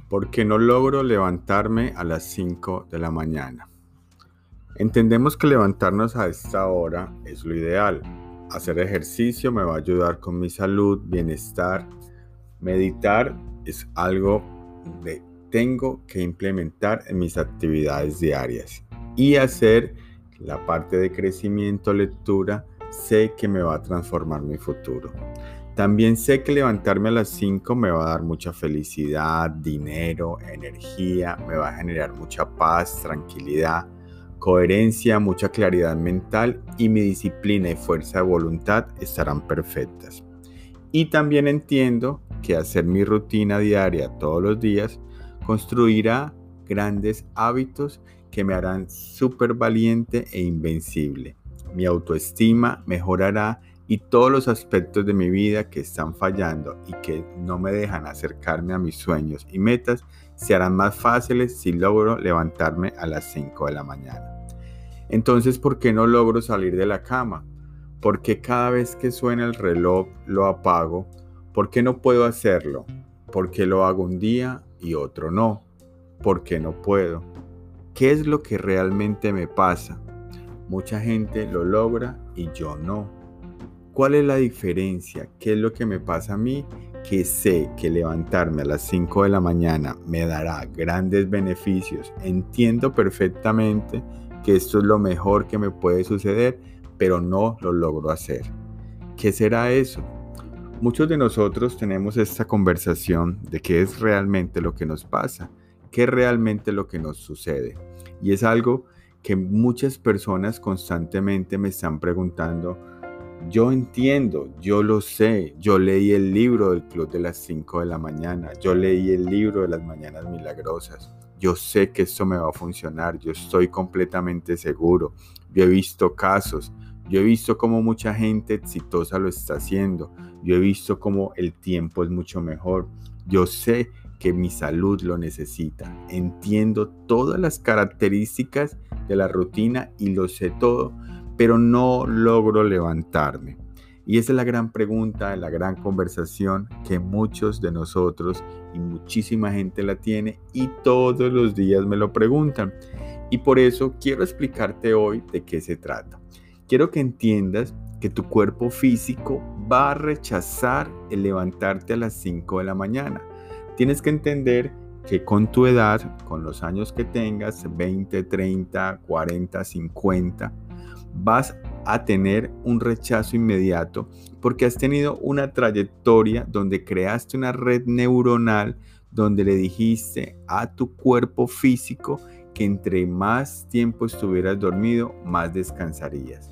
Porque no logro levantarme a las 5 de la mañana. Entendemos que levantarnos a esta hora es lo ideal. Hacer ejercicio me va a ayudar con mi salud, bienestar. Meditar es algo que tengo que implementar en mis actividades diarias. Y hacer la parte de crecimiento, lectura, sé que me va a transformar mi futuro. También sé que levantarme a las 5 me va a dar mucha felicidad, dinero, energía, me va a generar mucha paz, tranquilidad, coherencia, mucha claridad mental y mi disciplina y fuerza de voluntad estarán perfectas. Y también entiendo que hacer mi rutina diaria todos los días construirá grandes hábitos que me harán súper valiente e invencible. Mi autoestima mejorará y todos los aspectos de mi vida que están fallando y que no me dejan acercarme a mis sueños y metas se harán más fáciles si logro levantarme a las 5 de la mañana. Entonces, ¿por qué no logro salir de la cama? ¿Por qué cada vez que suena el reloj lo apago? ¿Por qué no puedo hacerlo? ¿Por qué lo hago un día y otro no? ¿Por qué no puedo? ¿Qué es lo que realmente me pasa? Mucha gente lo logra y yo no. ¿Cuál es la diferencia? ¿Qué es lo que me pasa a mí? Que sé que levantarme a las 5 de la mañana me dará grandes beneficios. Entiendo perfectamente que esto es lo mejor que me puede suceder, pero no lo logro hacer. ¿Qué será eso? Muchos de nosotros tenemos esta conversación de qué es realmente lo que nos pasa, qué es realmente lo que nos sucede. Y es algo que muchas personas constantemente me están preguntando. Yo entiendo, yo lo sé, yo leí el libro del Club de las 5 de la mañana, yo leí el libro de las Mañanas Milagrosas, yo sé que esto me va a funcionar, yo estoy completamente seguro, yo he visto casos, yo he visto cómo mucha gente exitosa lo está haciendo, yo he visto cómo el tiempo es mucho mejor, yo sé que mi salud lo necesita, entiendo todas las características de la rutina y lo sé todo, pero no logro levantarme. Y esa es la gran pregunta, la gran conversación que muchos de nosotros y muchísima gente la tiene y todos los días me lo preguntan. Y por eso quiero explicarte hoy de qué se trata. Quiero que entiendas que tu cuerpo físico va a rechazar el levantarte a las 5 de la mañana. Tienes que entender que con tu edad, con los años que tengas, 20, 30, 40, 50, vas a tener un rechazo inmediato porque has tenido una trayectoria donde creaste una red neuronal donde le dijiste a tu cuerpo físico que entre más tiempo estuvieras dormido, más descansarías.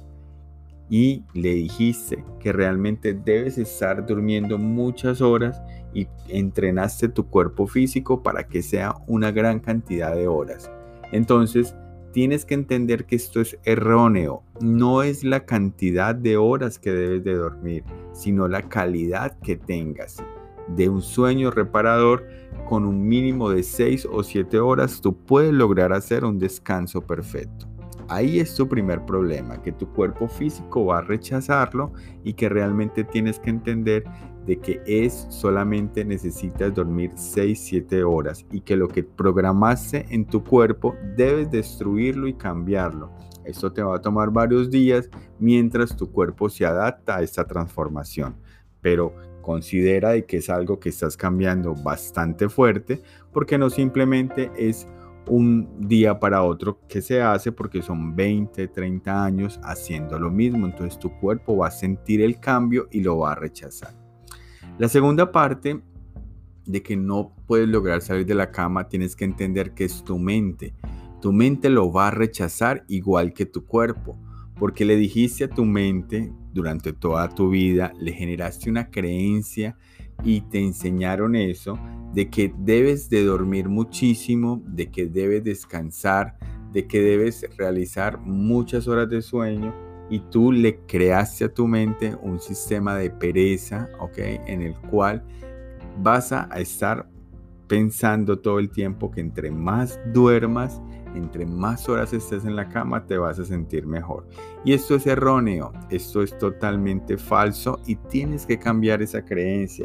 Y le dijiste que realmente debes estar durmiendo muchas horas y entrenaste tu cuerpo físico para que sea una gran cantidad de horas. Entonces, tienes que entender que esto es erróneo. No es la cantidad de horas que debes de dormir, sino la calidad que tengas de un sueño reparador. Con un mínimo de 6 o 7 horas, tú puedes lograr hacer un descanso perfecto. Ahí es tu primer problema, que tu cuerpo físico va a rechazarlo y que realmente tienes que entender de que solamente necesitas dormir 6-7 horas y que lo que programaste en tu cuerpo debes destruirlo y cambiarlo. Esto te va a tomar varios días mientras tu cuerpo se adapta a esta transformación, pero considera de que es algo que estás cambiando bastante fuerte porque no simplemente es un día para otro que se hace porque son 20, 30 años haciendo lo mismo. Entonces tu cuerpo va a sentir el cambio y lo va a rechazar. La segunda parte de que no puedes lograr salir de la cama, tienes que entender que es tu mente. Tu mente lo va a rechazar igual que tu cuerpo, porque le dijiste a tu mente durante toda tu vida, le generaste una creencia y te enseñaron eso, de que debes de dormir muchísimo, de que debes descansar, de que debes realizar muchas horas de sueño y tú le creaste a tu mente un sistema de pereza, ¿ok? En el cual vas a estar pensando todo el tiempo que entre más duermas, entre más horas estés en la cama, te vas a sentir mejor. Y esto es erróneo, esto es totalmente falso y tienes que cambiar esa creencia.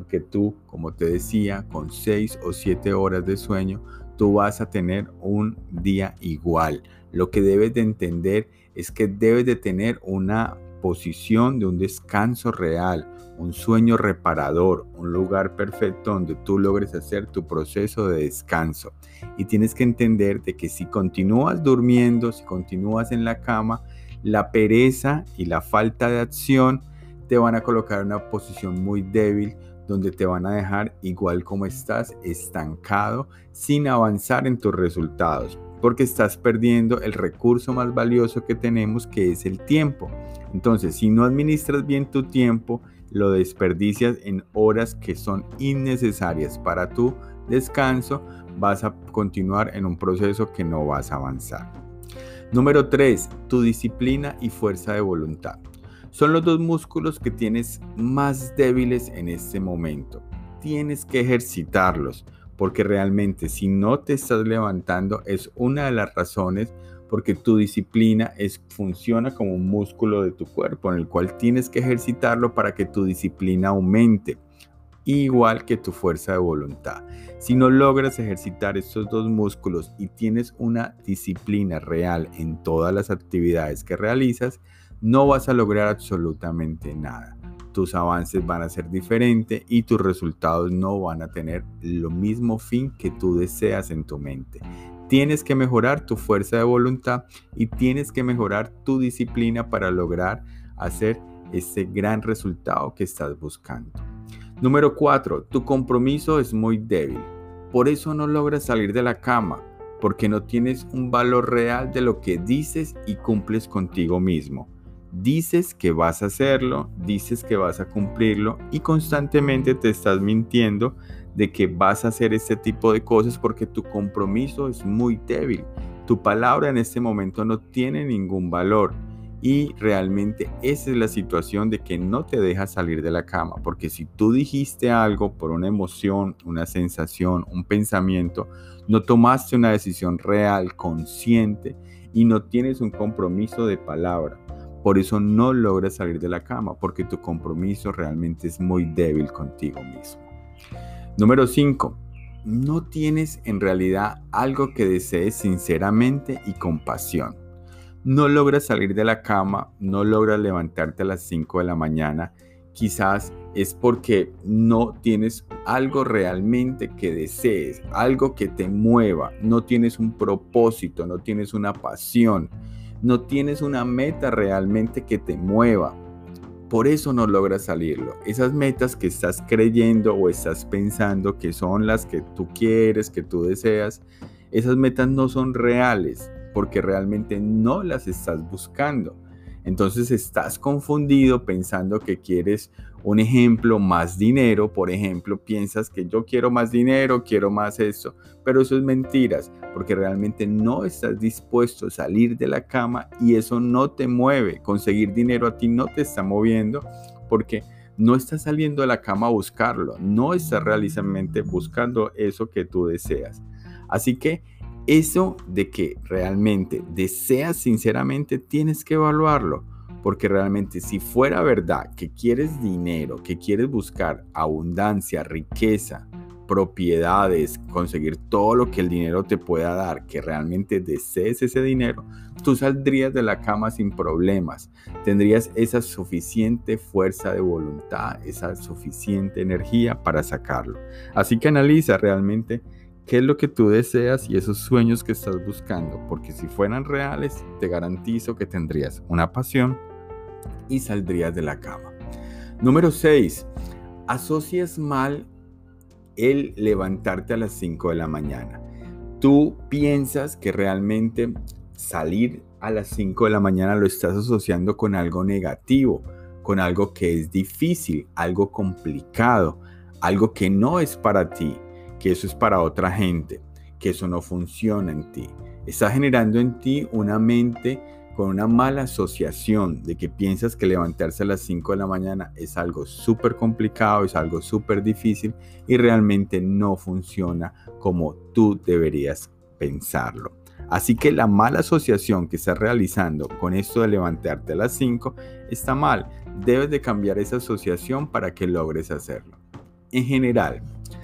porque tú, como te decía, con 6 o 7 horas de sueño, tú vas a tener un día igual. Lo que debes de entender es que debes de tener una posición de un descanso real, un sueño reparador, un lugar perfecto donde tú logres hacer tu proceso de descanso. Y tienes que entender de que si continúas durmiendo, si continúas en la cama, la pereza y la falta de acción te van a colocar en una posición muy débil, donde te van a dejar igual como estás, estancado, sin avanzar en tus resultados, porque estás perdiendo el recurso más valioso que tenemos, que es el tiempo. Entonces, si no administras bien tu tiempo, lo desperdicias en horas que son innecesarias para tu descanso, vas a continuar en un proceso que no vas a avanzar. Número 3, tu disciplina y fuerza de voluntad. Son los dos músculos que tienes más débiles en este momento. Tienes que ejercitarlos, porque realmente si no te estás levantando es una de las razones porque tu disciplina funciona como un músculo de tu cuerpo en el cual tienes que ejercitarlo para que tu disciplina aumente, igual que tu fuerza de voluntad. Si no logras ejercitar estos dos músculos y tienes una disciplina real en todas las actividades que realizas, no vas a lograr absolutamente nada. Tus avances van a ser diferentes y tus resultados no van a tener lo mismo fin que tú deseas en tu mente. Tienes que mejorar tu fuerza de voluntad y tienes que mejorar tu disciplina para lograr hacer ese gran resultado que estás buscando. Número 4, tu compromiso es muy débil. Por eso no logras salir de la cama, porque no tienes un valor real de lo que dices y cumples contigo mismo. Dices que vas a hacerlo, dices que vas a cumplirlo y constantemente te estás mintiendo de que vas a hacer este tipo de cosas porque tu compromiso es muy débil. Tu palabra en este momento no tiene ningún valor. Y realmente esa es la situación de que no te deja salir de la cama, porque si tú dijiste algo por una emoción, una sensación, un pensamiento, no tomaste una decisión real, consciente y no tienes un compromiso de palabra. Por eso no logras salir de la cama, porque tu compromiso realmente es muy débil contigo mismo. Número 5. No tienes en realidad algo que desees sinceramente y con pasión. No logras salir de la cama, no logras levantarte a las 5 de la mañana, quizás es porque no tienes algo realmente que desees, algo que te mueva, no tienes un propósito, no tienes una pasión, no tienes una meta realmente que te mueva. Por eso no logras salirlo. Esas metas que estás creyendo o estás pensando que son las que tú quieres, que tú deseas, esas metas no son reales, porque realmente no las estás buscando. Entonces estás confundido pensando que quieres, un ejemplo, más dinero. Por ejemplo, piensas que yo quiero más dinero, quiero más esto, pero eso es mentiras, porque realmente no estás dispuesto a salir de la cama y eso no te mueve. Conseguir dinero a ti no te está moviendo porque no estás saliendo de la cama a buscarlo, no estás realmente buscando eso que tú deseas. Así que eso de que realmente deseas sinceramente tienes que evaluarlo, porque realmente si fuera verdad que quieres dinero, que quieres buscar abundancia, riqueza, propiedades, conseguir todo lo que el dinero te pueda dar, que realmente desees ese dinero, tú saldrías de la cama sin problemas, tendrías esa suficiente fuerza de voluntad, esa suficiente energía para sacarlo. Así que analiza realmente qué es lo que tú deseas y esos sueños que estás buscando, porque si fueran reales, te garantizo que tendrías una pasión y saldrías de la cama. Número 6. Asocias mal el levantarte a las 5 de la mañana. Tú piensas que realmente salir a las 5 de la mañana lo estás asociando con algo negativo, con algo que es difícil, algo complicado, algo que no es para ti, que eso es para otra gente, que eso no funciona en ti. Estás generando en ti una mente con una mala asociación de que piensas que levantarse a las 5 de la mañana es algo súper complicado, es algo súper difícil y realmente no funciona como tú deberías pensarlo. Así que la mala asociación que estás realizando con esto de levantarte a las 5 está mal. Debes de cambiar esa asociación para que logres hacerlo. En general,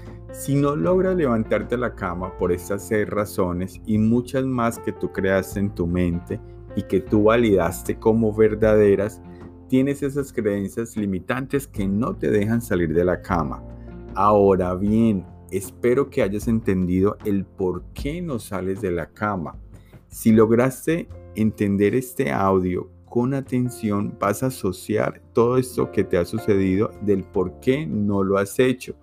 si no logras levantarte de la cama por estas 6 razones y muchas más que tú creaste en tu mente y que tú validaste como verdaderas, tienes esas creencias limitantes que no te dejan salir de la cama. Ahora bien, espero que hayas entendido el por qué no sales de la cama. Si lograste entender este audio con atención, vas a asociar todo esto que te ha sucedido del por qué no lo has hecho.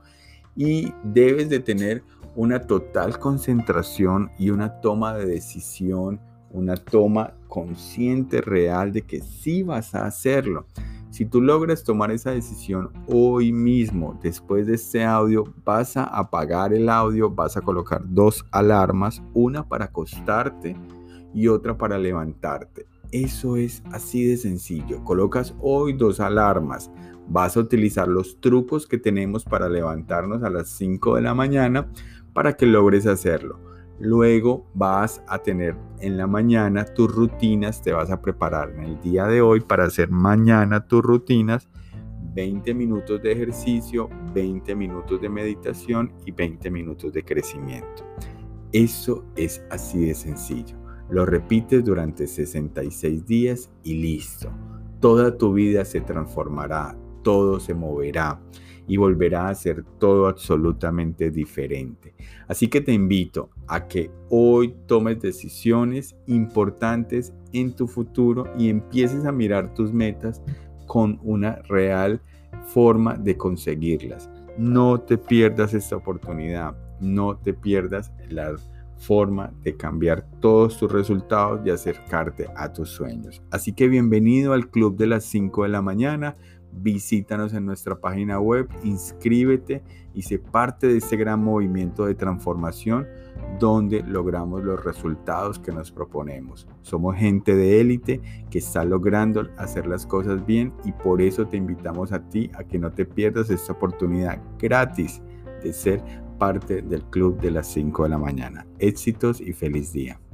Y debes de tener una total concentración y una toma de decisión, una toma consciente, real de que sí vas a hacerlo. Si tú logras tomar esa decisión hoy mismo, después de este audio, vas a apagar el audio, vas a colocar 2 alarmas, una para acostarte y otra para levantarte. Eso es así de sencillo. Colocas hoy 2 alarmas. Vas a utilizar los trucos que tenemos para levantarnos a las 5 de la mañana para que logres hacerlo. Luego vas a tener en la mañana tus rutinas, te vas a preparar en el día de hoy para hacer mañana tus rutinas, 20 minutos de ejercicio, 20 minutos de meditación y 20 minutos de crecimiento. Eso es así de sencillo. Lo repites durante 66 días y listo. Toda tu vida se transformará, todo se moverá y volverá a ser todo absolutamente diferente. Así que te invito a que hoy tomes decisiones importantes en tu futuro y empieces a mirar tus metas con una real forma de conseguirlas. No te pierdas esta oportunidad, no te pierdas la forma de cambiar todos tus resultados y acercarte a tus sueños. Así que bienvenido al Club de las 5 de la mañana. Visítanos en nuestra página web, inscríbete y sé parte de este gran movimiento de transformación donde logramos los resultados que nos proponemos. Somos gente de élite que está logrando hacer las cosas bien y por eso te invitamos a ti a que no te pierdas esta oportunidad gratis de ser parte del Club de las 5 de la mañana. Éxitos y feliz día.